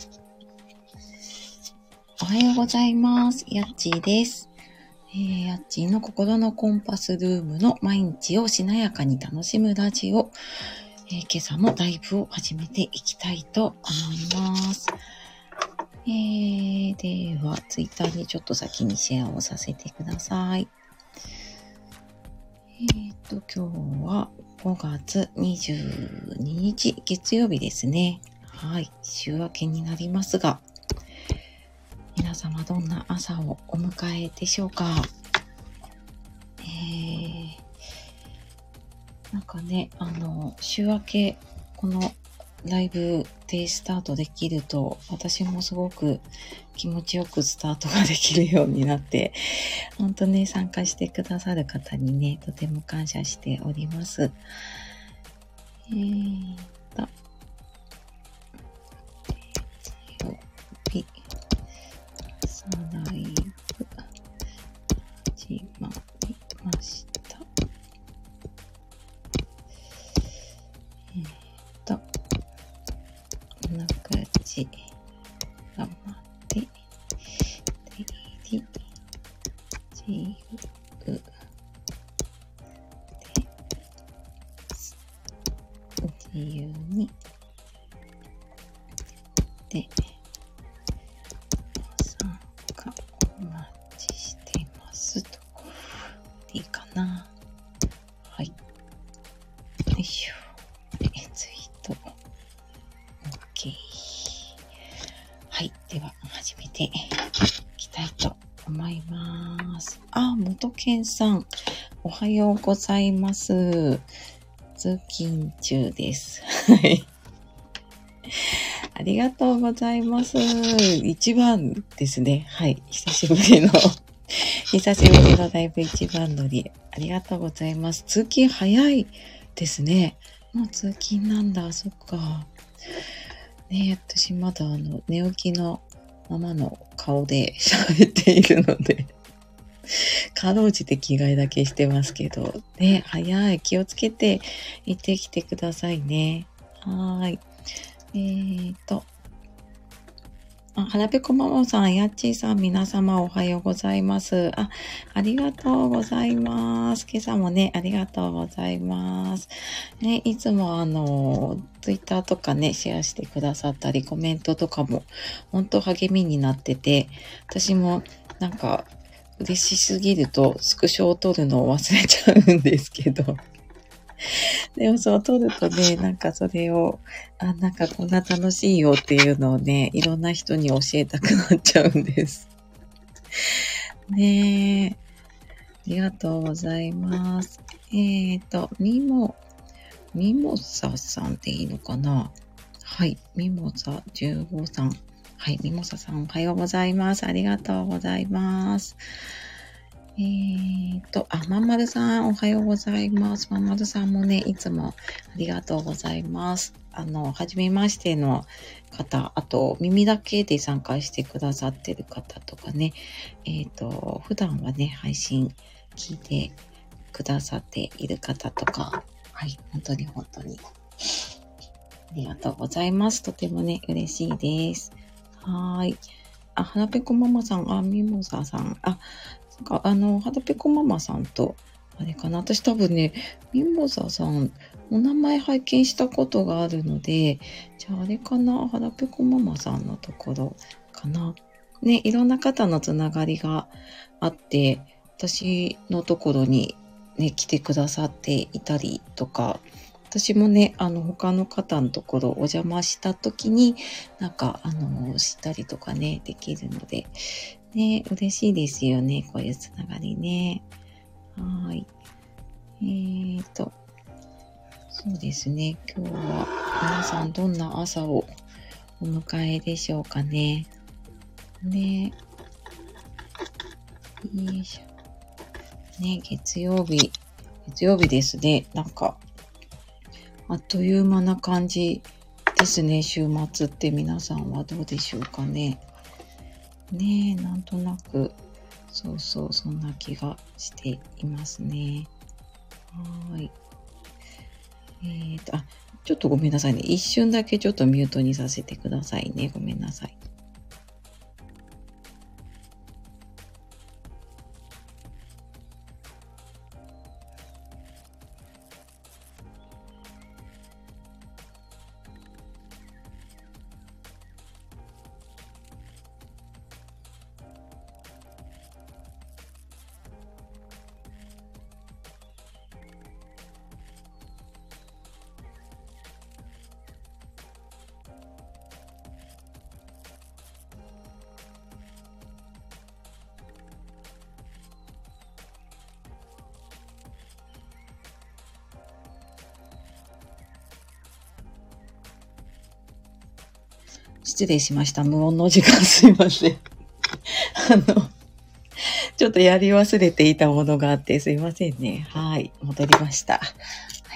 おはようございます。やっちーです。やっちーの心のコンパスルームの毎日をしなやかに楽しむラジオ。今朝もライブを始めていきたいと思います。では、ツイッターにちょっと先にシェアをさせてください。今日は5月22日月曜日ですね。はい、週明けになりますが、皆様どんな朝をお迎えでしょうか。なんかね、週明けこのライブでスタートできると、私もすごく気持ちよくスタートができるようになって、本当ね、参加してくださる方にね、とても感謝しております。さあライブ始まりました。こんな感じ頑張ってデイリ自由で自由にで参加お待ちしてますと。いいかな。はい。よいしょ。ツイート。OK。はい。では、始めていきたいと思います。元健さん。おはようございます。通勤中です。はい。ありがとうございます。一番ですね。はい。久しぶりのライブ一番乗り。ありがとうございます。通勤早いですね。もう通勤なんだ。そっか。ね、私まだ寝起きのままの顔で喋っているので、かろうじて着替えだけしてますけど、ね、早い。気をつけて行ってきてくださいね。はーい。はらぺこママさん、やっちーさん、皆様おはようございます。ありがとうございます。今朝もね、ありがとうございます。ね、いつもツイッターとかね、シェアしてくださったり、コメントとかも、本当励みになってて、私もなんか、嬉しすぎると、スクショを撮るのを忘れちゃうんですけど、でもそう撮るとね、なんかそれを、なんかこんな楽しいよっていうのをね、いろんな人に教えたくなっちゃうんです。ねえ。ありがとうございます。ミモサさんでいいのかな？はい。ミモサ15さん。はい。ミモサさんおはようございます。ありがとうございます。まんまるさん、おはようございます。まんまるさんもね、いつもありがとうございます。はじめましての方、あと、耳だけで参加してくださってる方とかね、普段はね、配信聞いてくださっている方とか、はい、本当にありがとうございます。とてもね、嬉しいです。はーい。はらぺこママさん、ミモザさん、はらぺこママさんと、あれかな、私多分ね、ミモザさん、お名前拝見したことがあるので、じゃああれかな、はらぺこママさんのところかな。ね、いろんな方のつながりがあって、私のところにね、来てくださっていたりとか、私もね、他の方のところお邪魔した時に、なんか、知ったりとかね、できるので、ね、嬉しいですよね、こういうつながりね。はい。そうですね、今日は皆さんどんな朝をお迎えでしょうかね。ね。よいしょ。ね、月曜日ですね。なんか、あっという間な感じですね。週末って皆さんはどうでしょうかね。ねえ、なんとなく、そんな気がしていますね。はい。 ちょっとごめんなさいね。一瞬だけちょっとミュートにさせてくださいね。ごめんなさい。失礼しました。無音の時間すいません。ちょっとやり忘れていたものがあってすいませんね。はい。戻りました。はい。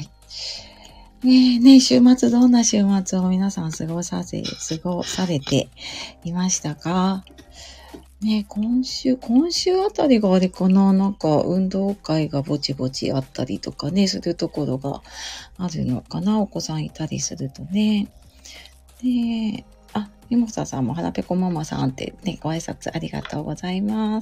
ねえ、週末どんな週末を皆さん過ごされていましたか？ねえ、今週あたりがあれかな、なんか運動会がぼちぼちあったりとかね、するところがあるのかな、お子さんいたりするとね。で、みもさんもはらぺこママさんってね、ご挨拶ありがとうございます。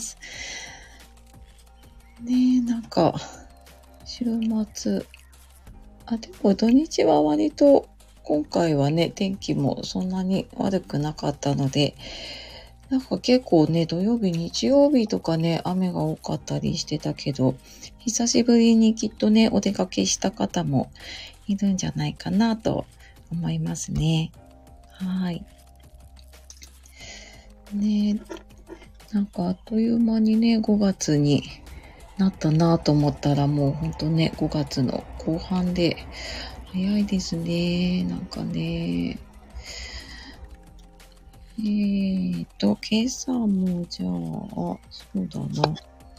ねえ、なんか、週末、でも土日は割と、今回はね、天気もそんなに悪くなかったので、なんか結構ね、土曜日、日曜日とかね、雨が多かったりしてたけど、久しぶりにきっとね、お出かけした方もいるんじゃないかなと思いますね。はい。ね、なんかあっという間にね、5月になったなと思ったらもうほんとね、5月の後半で早いですね。なんかね。今朝もじゃあ、そうだな。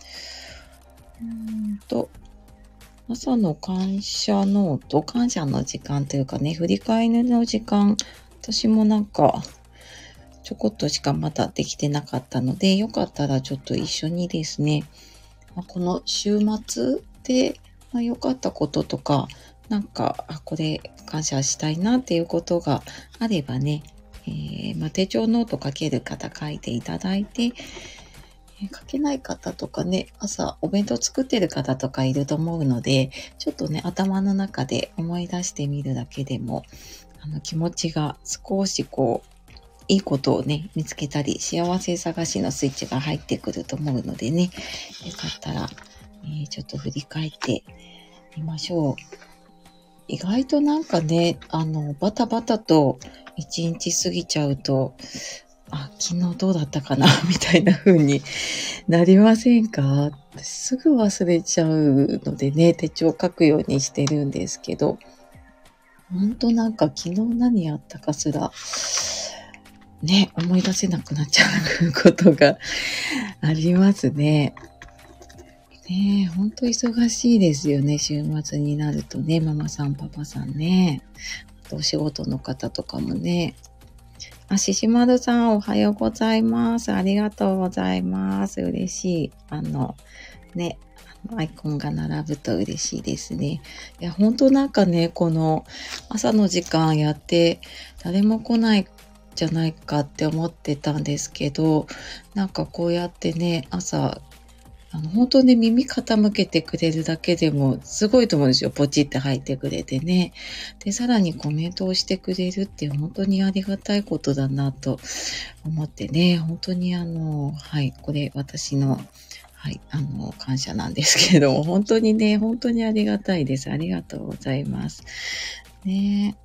朝の感謝ノート、感謝の時間というかね、振り返りの時間、私もなんか、ちょこっとしかまだできてなかったので、よかったらちょっと一緒にですね、この週末で、良かったこととか、なんか、これ感謝したいなっていうことがあればね、手帳ノート書ける方書いていただいて、書けない方とかね、朝お弁当作ってる方とかいると思うので、ちょっとね、頭の中で思い出してみるだけでも、気持ちが少しいいことをね、見つけたり、幸せ探しのスイッチが入ってくると思うのでね、よかったら、ちょっと振り返ってみましょう。意外となんかね、バタバタと一日過ぎちゃうと、昨日どうだったかなみたいな風になりませんか？すぐ忘れちゃうのでね、手帳書くようにしてるんですけど、ほんとなんか昨日何やったかすら、ね、思い出せなくなっちゃうことがありますね。ねえ、ほんと忙しいですよね、週末になるとね、ママさん、パパさんね。あとお仕事の方とかもね。ししまるさん、おはようございます。ありがとうございます。嬉しい。ね、アイコンが並ぶと嬉しいですね。いや、ほんとなんかね、この朝の時間やって、誰も来ないじゃないかって思ってたんですけど、なんかこうやってね、朝、本当ね、耳傾けてくれるだけでもすごいと思うんですよ。ポチって入ってくれてね。で、さらにコメントをしてくれるって本当にありがたいことだなと思ってね、本当にはい、これ私の、はい、感謝なんですけれども、本当にね、本当にありがたいです。ありがとうございます。ね。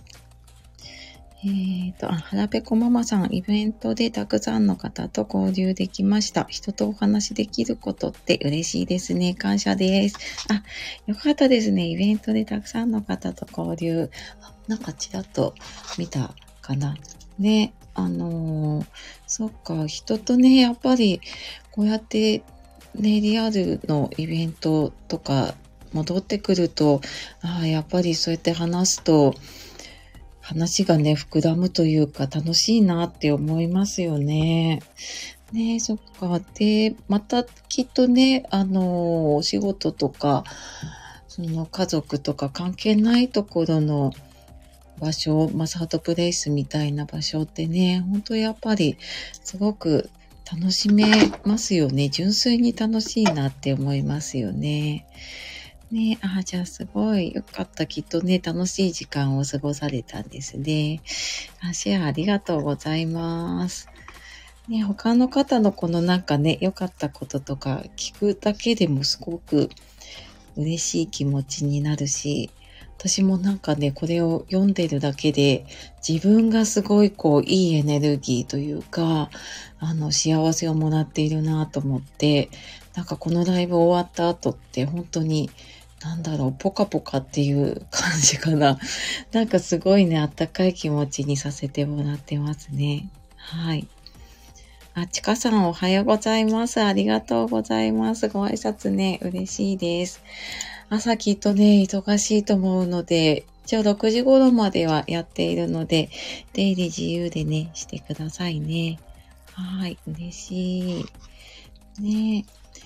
はらぺこママさん、イベントでたくさんの方と交流できました。人とお話できることって嬉しいですね。感謝です。よかったですね。イベントでたくさんの方と交流。なんかちらっと見たかな。ね、そっか、人とね、やっぱりこうやってね、リアルのイベントとか戻ってくると、やっぱりそうやって話すと、話がね、膨らむというか楽しいなって思いますよね。ねえ、そっか。で、またきっとね、お仕事とか、 その家族とか関係ないところの場所、サートプレイスみたいな場所ってね、本当やっぱりすごく楽しめますよね。純粋に楽しいなって思いますよね。ね、じゃあすごいよかった。きっとね、楽しい時間を過ごされたんですね。シェアありがとうございます。ね、他の方のこのなんかね、良かったこととか聞くだけでもすごく嬉しい気持ちになるし、私もなんかね、これを読んでるだけで、自分がすごいいいエネルギーというか、幸せをもらっているなと思って、なんかこのライブ終わった後って本当に、ポカポカっていう感じかな。なんかすごいね、あったかい気持ちにさせてもらってますね。はい。ちかさんおはようございます。ありがとうございます。ご挨拶ね、嬉しいです。朝きっとね、忙しいと思うので、一応6時頃まではやっているので、出入り自由でね、してくださいね。はい、嬉しい。ね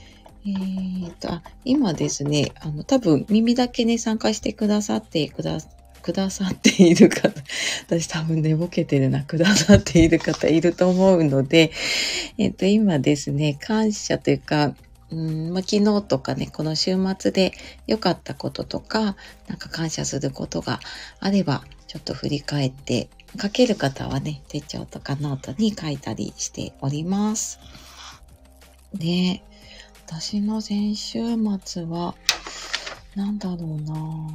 今ですね、多分耳だけね、参加してくださっている方、私多分寝ぼけてるな、くださっている方いると思うので、今ですね、感謝というか、昨日とかね、この週末で良かったこととか、なんか感謝することがあれば、ちょっと振り返って、書ける方はね、手帳とかノートに書いたりしております。で、私の先週末は、なんだろうな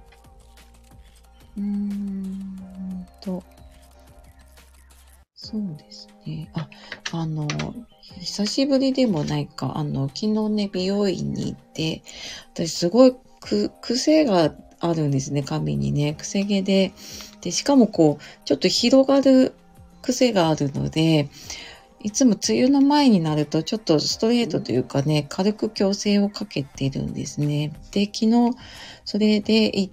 そうですね。久しぶりでもないか。昨日ね、美容院に行って、私すごい癖があるんですね、髪にね。癖毛で。で、しかもちょっと広がる癖があるので、いつも梅雨の前になるとちょっとストレートというかね、軽く矯正をかけてるんですね。で、昨日それで行って、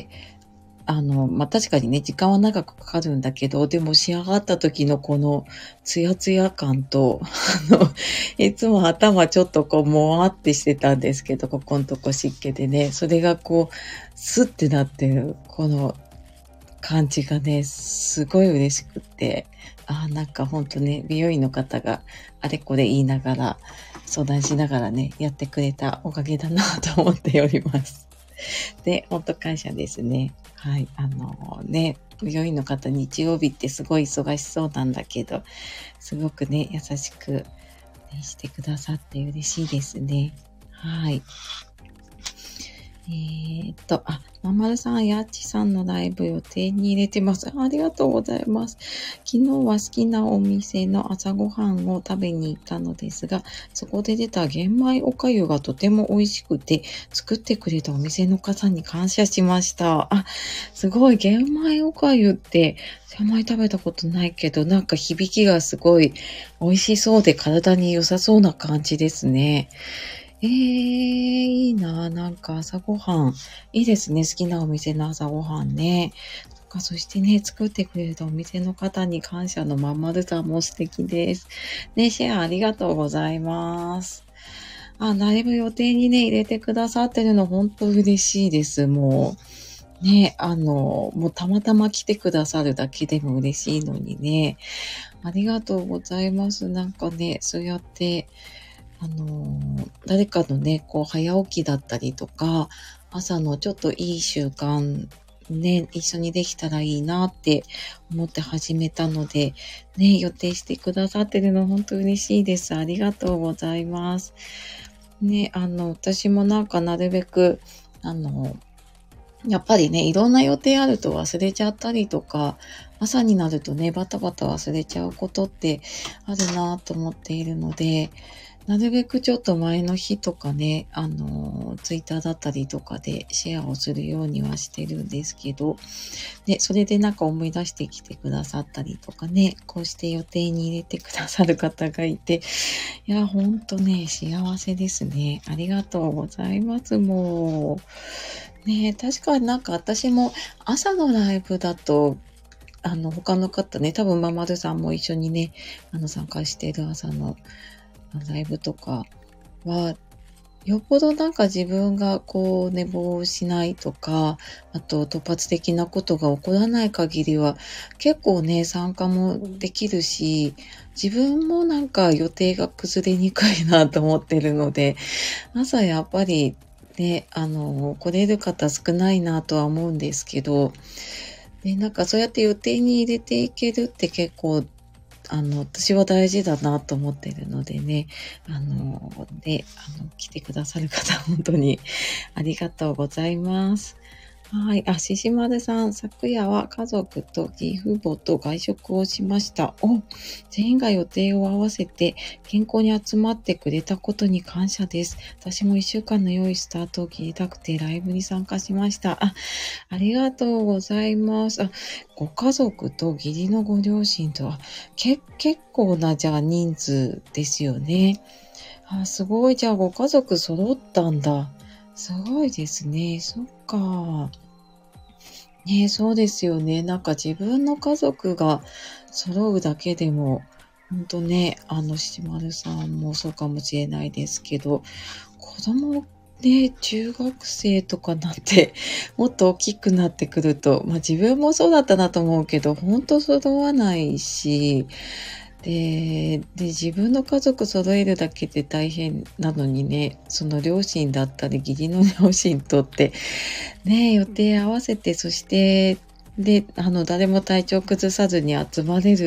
確かにね、時間は長くかかるんだけど、でも仕上がった時のこのツヤツヤ感と、いつも頭ちょっともわってしてたんですけど、ここのとこ湿気でね、それがスッてなってる、この感じがね、すごい嬉しくって、なんかほんとね、美容院の方があれこれ言いながら、相談しながらね、やってくれたおかげだなと思っております。で、ほんと感謝ですね。はい。美容院の方、日曜日ってすごい忙しそうなんだけど、すごくね、優しく、ね、してくださって嬉しいですね。はい。まんまるさん、やっちさんのライブ予定に入れてます。ありがとうございます。昨日は好きなお店の朝ごはんを食べに行ったのですが、そこで出た玄米おかゆがとても美味しくて、作ってくれたお店の方に感謝しました。すごい、玄米おかゆって、あんまり食べたことないけど、なんか響きがすごい美味しそうで体に良さそうな感じですね。いいな。なんか朝ごはん。いいですね。好きなお店の朝ごはんね。そしてね、作ってくれたお店の方に感謝のまんまるさんも素敵です。ね、シェアありがとうございます。ライブ予定にね、入れてくださってるの本当嬉しいです。もう、ね、もうたまたま来てくださるだけでも嬉しいのにね。ありがとうございます。なんかね、そうやって、誰かのね、早起きだったりとか、朝のちょっといい習慣、ね、一緒にできたらいいなって思って始めたので、ね、予定してくださってるの本当嬉しいです。ありがとうございます。ね、私もなんかなるべく、やっぱりね、いろんな予定あると忘れちゃったりとか、朝になるとね、バタバタ忘れちゃうことってあるなと思っているので、なるべくちょっと前の日とかね、ツイッターだったりとかでシェアをするようにはしてるんですけど、で、それでなんか思い出してきてくださったりとかね、こうして予定に入れてくださる方がいて、いや、ほんとね、幸せですね。ありがとうございます、もう。ね、確かになんか私も朝のライブだと、他の方ね、多分ままるさんも一緒にね、参加している朝のライブとかは、 よっぽどなんか自分がこう寝坊しないとか、あと突発的なことが起こらない限りは、結構ね、参加もできるし、自分もなんか予定が崩れにくいなと思ってるので、朝やっぱりね、来れる方少ないなとは思うんですけど、で、なんかそうやって予定に入れていけるって結構私は大事だなと思ってるのでね、来てくださる方、本当にありがとうございます。はい。獅子丸さん、昨夜は家族と義父母と外食をしました。全員が予定を合わせて健康に集まってくれたことに感謝です。私も一週間の良いスタートを切りたくてライブに参加しました。ありがとうございます。ご家族と義理のご両親とは、結構な、じゃあ人数ですよね。すごい。じゃあご家族揃ったんだ。すごいですね。そっか。ね、そうですよね。なんか自分の家族が揃うだけでも、ほんとね、しまるさんもそうかもしれないですけど、子供ね、中学生とかなって、もっと大きくなってくると、自分もそうだったなと思うけど、ほんと揃わないし、で、自分の家族揃えるだけで大変なのにね、その両親だったり、義理の両親とって、ね、予定合わせて、そして、で、誰も体調崩さずに集まれるって、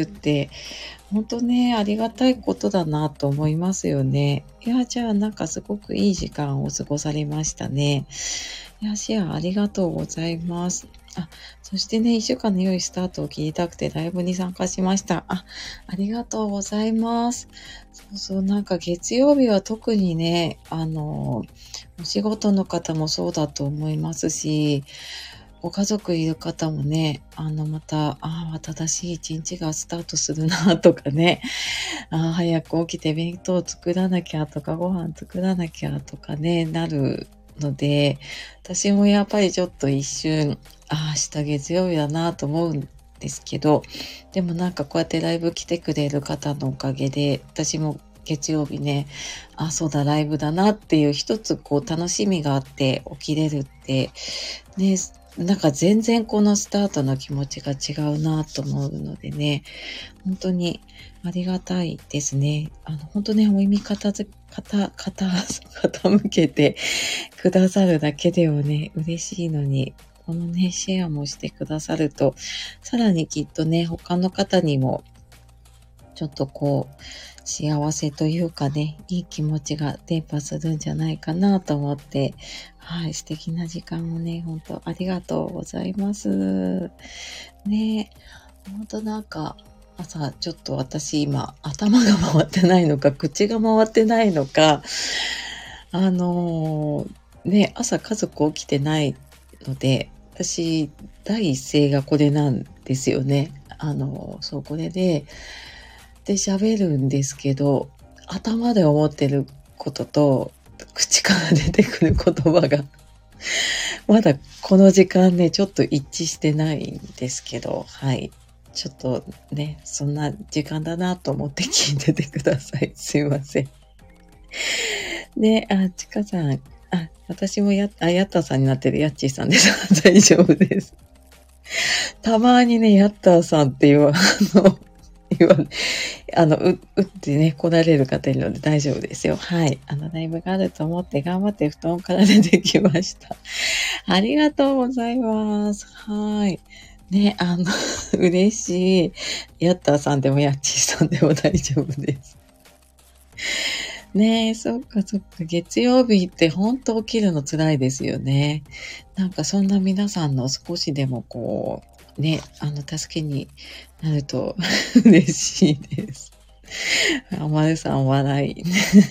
本当ね、ありがたいことだなと思いますよね。いや、じゃあなんかすごくいい時間を過ごされましたね。いや、シェアありがとうございます。そしてね、一週間の良いスタートを切りたくてライブに参加しました。ありがとうございます。そうそう、なんか月曜日は特にね、お仕事の方もそうだと思いますし、ご家族いる方もね、また、新しい一日がスタートするなとかね、早く起きて弁当作らなきゃとか、ご飯作らなきゃとかね、なるので、私もやっぱりちょっと一瞬、明日月曜日だなと思うんですけど、でもなんかこうやってライブ来てくれる方のおかげで、私も月曜日ね、そうだ、ライブだなっていう一つこう楽しみがあって起きれるって、ね、なんか全然このスタートの気持ちが違うなと思うのでね、本当にありがたいですね。本当ね、お耳傾けてくださるだけでもね、嬉しいのに、このね、シェアもしてくださると、さらにきっとね、他の方にも、ちょっとこう、幸せというかね、いい気持ちが伝播するんじゃないかなと思って、はい、素敵な時間をね、本当ありがとうございます。ね、本当なんか、朝ちょっと私今頭が回ってないのか、口が回ってないのか、ね、朝家族起きてないので、私第一声がこれなんですよね。そう、これで喋るんですけど、頭で思ってることと、口から出てくる言葉が、まだこの時間ね、ちょっと一致してないんですけど、はい。ちょっとね、そんな時間だなと思って聞いててください。すいません。ね、ちかさん、私もヤッターさんになってるヤッチーさんです。大丈夫です。たまにね、ヤッターさんって言わ打ってね、来られる方いるので大丈夫ですよ。はい。ライブがあると思って頑張って布団から出てきました。ありがとうございます。はい。ね、嬉しい。ヤッターさんでもヤッチーさんでも大丈夫です。ねえ、そっかそっか。月曜日って本当起きるの辛いですよね。なんかそんな皆さんの少しでもこう、ね、助けになると嬉しいです。まるさん笑い。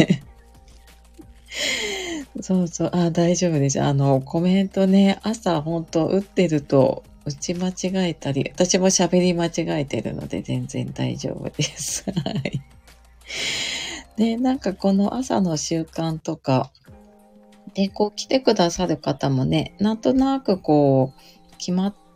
そうそう、大丈夫です。コメントね、朝本当打ってると打ち間違えたり、私も喋り間違えてるので全然大丈夫です。はい。で、なんかこの朝の習慣とか、で、こう来てくださる方もね、なんとなくこう、決まっ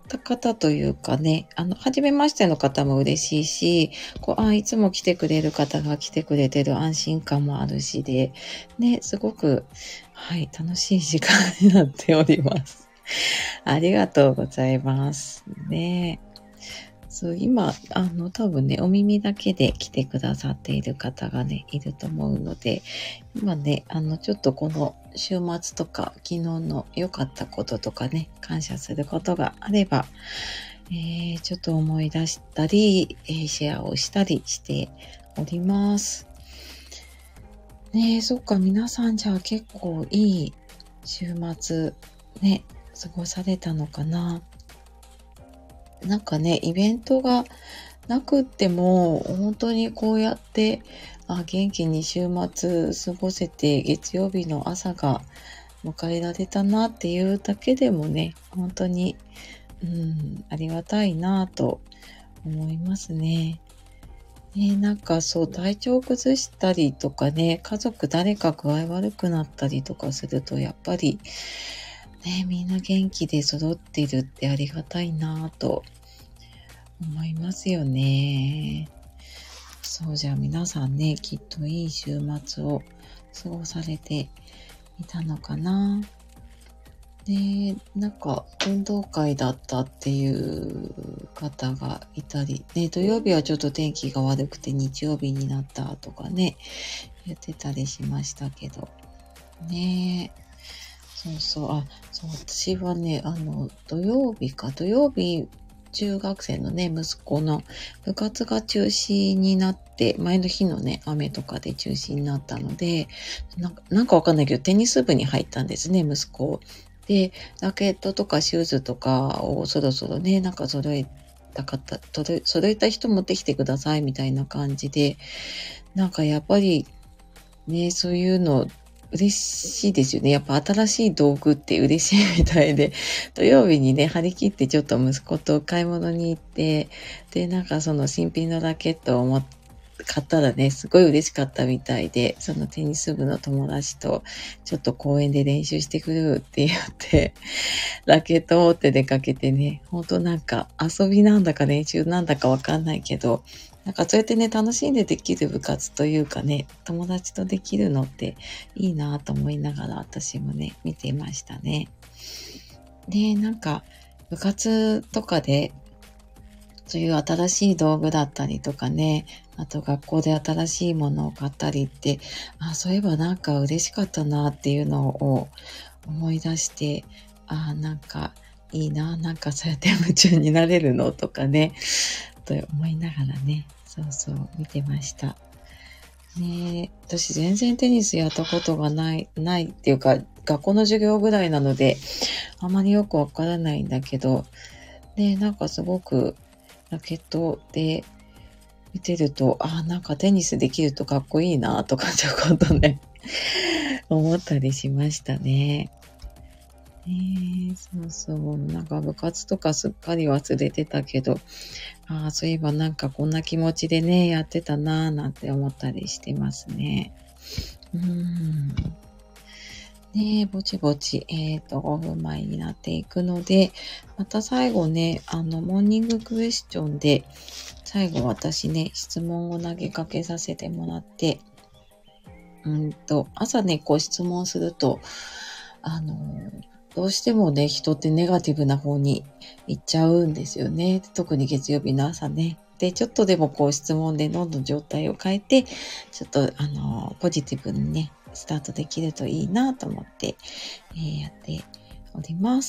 った方というかね、初めましての方も嬉しいし、いつも来てくれる方が来てくれてる安心感もあるしで、ね、すごく、はい、楽しい時間になっております。ありがとうございます。ね。そう、今、多分ね、お耳だけで来てくださっている方がね、いると思うので、今ね、ちょっとこの週末とか、昨日の良かったこととかね、感謝することがあれば、ちょっと思い出したり、シェアをしたりしております。ねえ、そっか、皆さんじゃあ結構いい週末、ね、過ごされたのかな。なんかね、イベントがなくっても、本当にこうやって、元気に週末過ごせて、月曜日の朝が迎えられたなっていうだけでもね、本当に、ありがたいなと思いますね。ね、なんかそう、体調崩したりとかね、家族誰か具合悪くなったりとかすると、やっぱり、ね、みんな元気で揃ってるってありがたいなと思いますよね。そう、じゃあ皆さんね、きっといい週末を過ごされていたのかな。で、なんか運動会だったっていう方がいたり、ね、土曜日はちょっと天気が悪くて日曜日になったとかね、言ってたりしましたけど。ね、そうそう、そう、私はね、土曜日、中学生のね、息子の部活が中止になって、前の日のね、雨とかで中止になったので、なんかわかんないけど、テニス部に入ったんですね、息子。で、ラケットとかシューズとかをそろそろね、なんか揃えた人持ってきてくださいみたいな感じで、なんかやっぱりね、そういうの嬉しいですよね。やっぱ新しい道具って嬉しいみたいで、土曜日にね、張り切ってちょっと息子と買い物に行って、で、なんかその新品のラケットを買ったらね、すごい嬉しかったみたいで、そのテニス部の友達とちょっと公園で練習してくるって言って、ラケットを持って出かけてね、ほんとなんか遊びなんだか練習なんだかわかんないけど、なんかそうやってね、楽しんでできる部活というかね、友達とできるのっていいなと思いながら私もね、見ていましたね。で、なんか部活とかでそういう新しい道具だったりとかね、あと学校で新しいものを買ったりって、そういえばなんか嬉しかったなっていうのを思い出して、なんかいいな、なんかそうやって夢中になれるのとかね、と思いながらね、そうそう見てました。ねえ、私全然テニスやったことがないっていうか、学校の授業ぐらいなので、あまりよくわからないんだけど、ね、なんかすごくラケットで見てると、なんかテニスできるとかっこいいなとかちょこっとね、思ったりしましたね。そうそう。なんか部活とかすっかり忘れてたけど、そういえばなんかこんな気持ちでね、やってたなぁなんて思ったりしてますね。ねえ、ぼちぼち、5分前になっていくので、また最後ね、モーニングクエスチョンで、最後私ね、質問を投げかけさせてもらって、朝ね、こう質問すると、どうしてもね、人ってネガティブな方に行っちゃうんですよね。特に月曜日の朝ね。で、ちょっとでもこう質問でどんどん状態を変えて、ちょっとポジティブにね、スタートできるといいなと思って、やっております。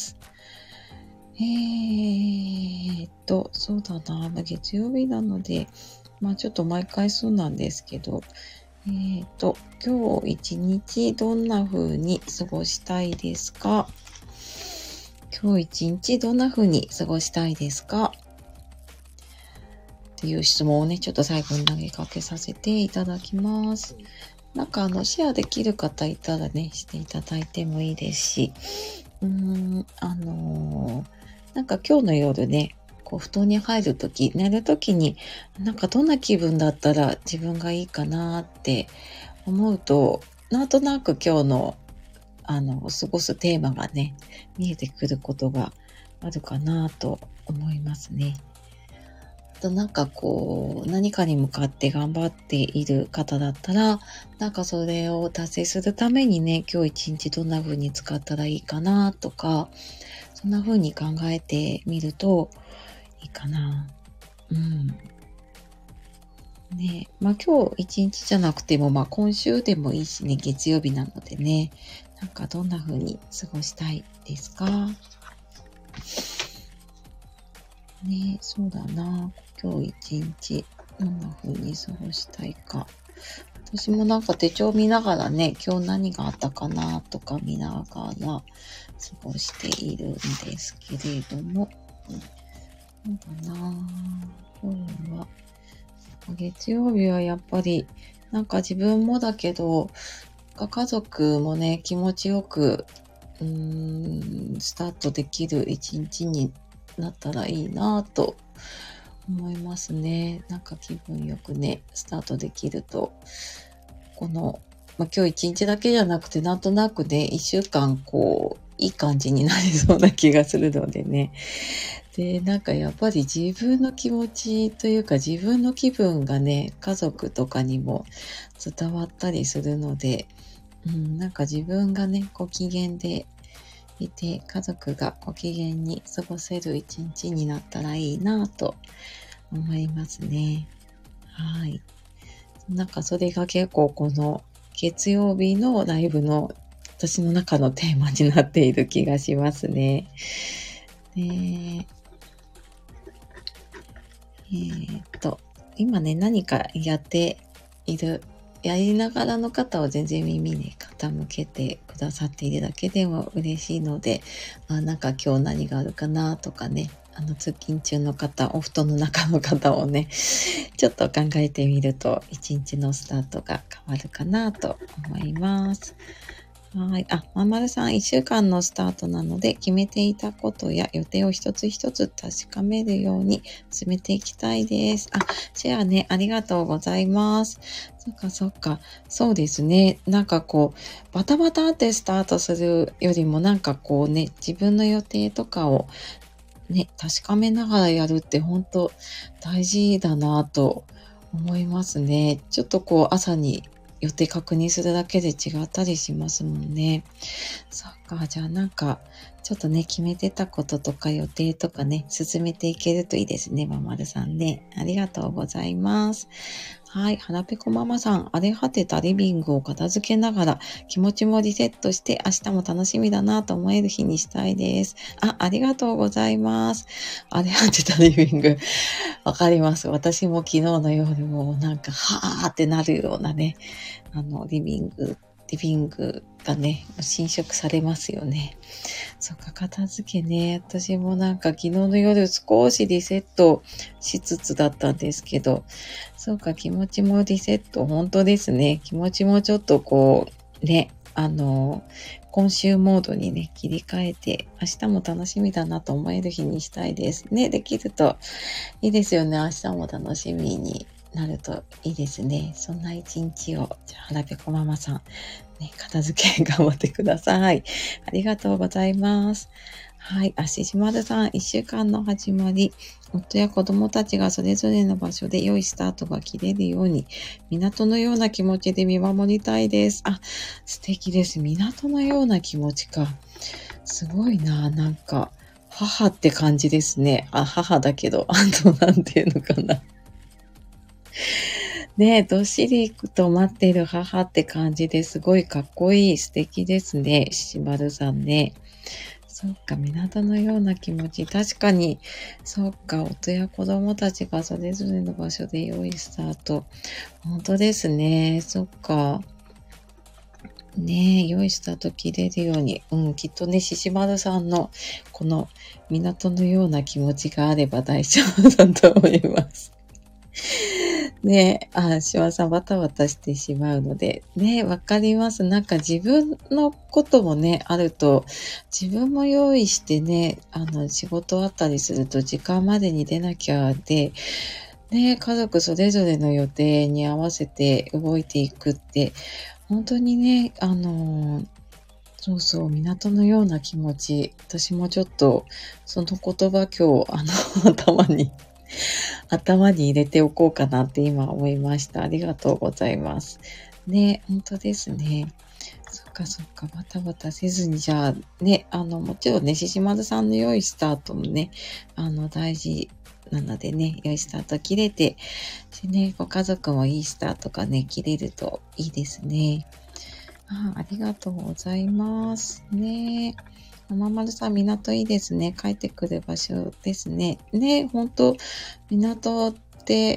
そうだな、月曜日なので、ちょっと毎回そうなんですけど、今日一日どんな風に過ごしたいですか？今日一日どんな風に過ごしたいですか？っていう質問をね、ちょっと最後に投げかけさせていただきます。なんかシェアできる方いたらね、していただいてもいいですし、なんか今日の夜ね、こう布団に入るとき、寝るときに、なんかどんな気分だったら自分がいいかなって思うと、なんとなく今日の過ごすテーマがね、見えてくることがあるかなと思いますね。あとなんかこう、何かに向かって頑張っている方だったら、なんかそれを達成するためにね、今日一日どんな風に使ったらいいかなとか、そんな風に考えてみるといいかな。うん。ね、まあ今日一日じゃなくても、まあ今週でもいいしね、月曜日なのでね、なんかどんな風に過ごしたいですか？ね、そうだな。今日一日どんな風に過ごしたいか。私もなんか手帳見ながらね、今日何があったかなとか見ながら過ごしているんですけれども、そうだな。今日は、月曜日はやっぱり、なんか自分もだけど、家族もね、気持ちよく、スタートできる一日になったらいいなぁと思いますね。なんか気分よくね、スタートできると、この、今日一日だけじゃなくて、なんとなくね、一週間こう、いい感じになりそうな気がするのでね。で、なんかやっぱり自分の気持ちというか自分の気分がね、家族とかにも伝わったりするので、なんか自分がね、ご機嫌でいて、家族がご機嫌に過ごせる一日になったらいいなと思いますね。はい。なんかそれが結構この月曜日のライブの私の中のテーマになっている気がしますね。で、今ね、何かやっている、やりながらの方は全然耳に傾けてくださっているだけでも嬉しいので、なんか今日何があるかなとかね、通勤中の方、お布団の中の方をね、ちょっと考えてみると、一日のスタートが変わるかなと思います。はい。まんまるさん、一週間のスタートなので、決めていたことや予定を一つ一つ確かめるように進めていきたいです。シェアね、ありがとうございます。そっかそっか。そうですね。なんかこう、バタバタってスタートするよりも、なんかこうね、自分の予定とかをね、確かめながらやるって本当大事だなと思いますね。ちょっとこう朝に予定確認するだけで違ったりしますもんね。そっか、じゃあなんか、ちょっとね、決めてたこととか予定とかね、進めていけるといいですね、ままるさんね。ありがとうございます。はい、はらぺこママさん、荒れ果てたリビングを片付けながら気持ちもリセットして明日も楽しみだなと思える日にしたいです。ありがとうございます。荒れ果てたリビング、わかります。私も昨日の夜もなんか、はーってなるようなね、リビングがね、侵食されますよね。そっか、片付けね。私もなんか昨日の夜少しリセットしつつだったんですけど、そうか、気持ちもリセット、本当ですね。気持ちもちょっとこう、ね、今週モードにね、切り替えて、明日も楽しみだなと思える日にしたいです。ね、できるといいですよね。明日も楽しみになるといいですね。そんな一日を、じゃあ、はらぺこママさん、ね、片付け頑張ってください。ありがとうございます。はい。しじまるさん、一週間の始まり、夫や子供たちがそれぞれの場所で良いスタートが切れるように、港のような気持ちで見守りたいです。素敵です。港のような気持ちか。すごいな。なんか、母って感じですね。母だけど、なんていうのかな。ねえ、どっしりと待っている母って感じですごいかっこいい、素敵ですね。しばるさんね。そっか、港のような気持ち。確かに、そっか、夫や子供たちがそれぞれの場所で良いスタート。本当ですね。そっか。ねえ、良いスタート切れるように。きっとね、ししまるさんの、この港のような気持ちがあれば大丈夫だと思います。ねえ、しわさんバタバタしてしまうので、ね、わかります。なんか自分のこともね、あると、自分も用意してね、仕事あったりすると時間までに出なきゃで、ね、家族それぞれの予定に合わせて動いていくって、本当にね、 そうそう、港のような気持ち。私もちょっと、その言葉今日、頭に入れておこうかなって今思いました。ありがとうございます。ね、本当ですね。そっかそっか、バタバタせずに、じゃあ、ね、もちろんね、ししまるさんの良いスタートもね、大事なのでね、良いスタート切れて、でね、ご家族もいいスタートがね、切れるといいですね。ありがとうございますね。ままるさん、港いいですね。帰ってくる場所ですね。ね、本当港って、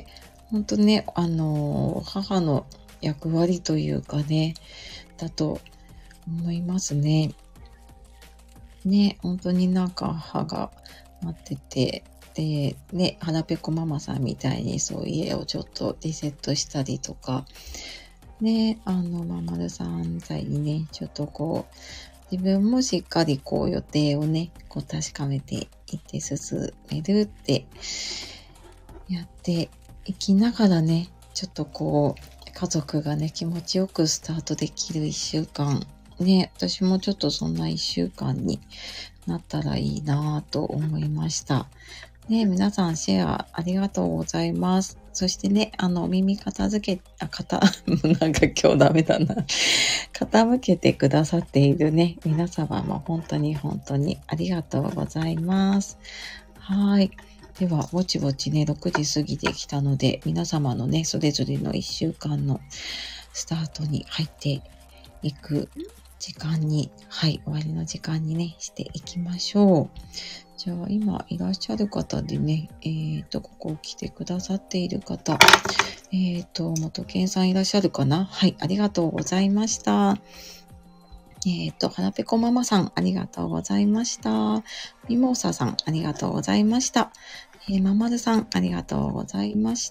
本当ね、母の役割というかね、だと思いますね。ね、本当になんか母が待ってて、で、ね、腹ペコママさんみたいにそう家をちょっとリセットしたりとか、ね、ままるさんみたいにね、ちょっとこう、自分もしっかりこう予定をね、こう確かめていって進めるってやっていきながらね、ちょっとこう、家族がね、気持ちよくスタートできる一週間。ね、私もちょっとそんな一週間になったらいいなぁと思いました。ね、皆さんシェアありがとうございます。そしてね、お耳片付け、なんか今日ダメだな。傾けてくださっているね、皆様も本当に本当にありがとうございます。はい。では、ぼちぼちね、6時過ぎてきたので、皆様のね、それぞれの1週間のスタートに入っていく時間に、はい、終わりの時間にね、していきましょう。じゃあ、今いらっしゃる方でね、ここ来てくださっている方、元健さんいらっしゃるかな？はい、ありがとうございました。はらぺこママさん、ありがとうございました。みもささん、ありがとうございました。ままるさん、ありがとうございました。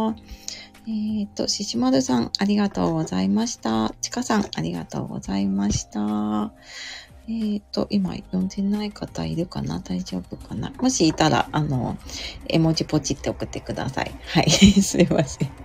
ししまるさん、ありがとうございました。ちかさん、ありがとうございました。今、読んでない方いるかな？大丈夫かな？もしいたら、絵文字ポチって送ってください。はい。すいません。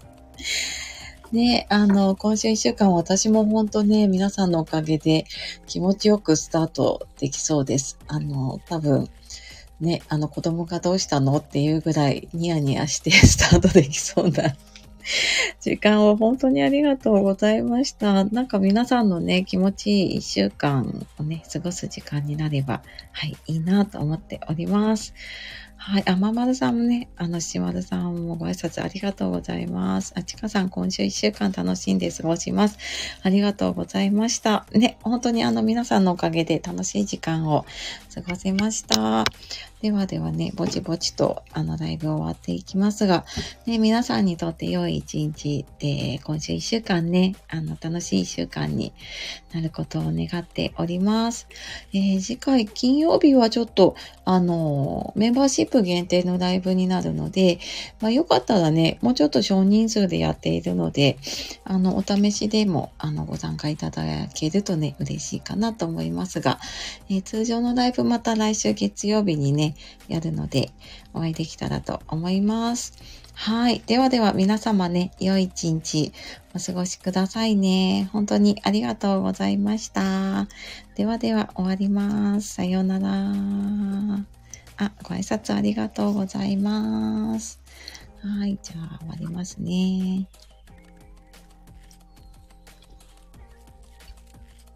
ね、今週1週間私も本当ね、皆さんのおかげで気持ちよくスタートできそうです。多分、ね、子供がどうしたのっていうぐらいニヤニヤしてスタートできそうな時間を本当にありがとうございました。なんか皆さんのね、気持ちいい1週間をね、過ごす時間になれば、はい、いいなと思っております。はい。ままるさんもね、しまるさんもご挨拶ありがとうございます。ちかさん、今週1週間楽しんで過ごします。ありがとうございました。ね、本当に皆さんのおかげで楽しい時間を過ごせました。ではではね、ぼちぼちと、ライブ終わっていきますが、ね、皆さんにとって良い一日で、今週1週間ね、楽しい1週間になることを願っております。次回金曜日はちょっと、メンバーシップ限定のライブになるので、よかったらね、もうちょっと少人数でやっているので、お試しでも、ご参加いただけるとね、嬉しいかなと思いますが、通常のライブまた来週月曜日にね、やるので、お会いできたらと思います。はい。ではでは皆様ね、良い一日お過ごしくださいね。本当にありがとうございました。ではでは終わります。さようなら。ご挨拶ありがとうございます。はい。じゃあ終わりますね。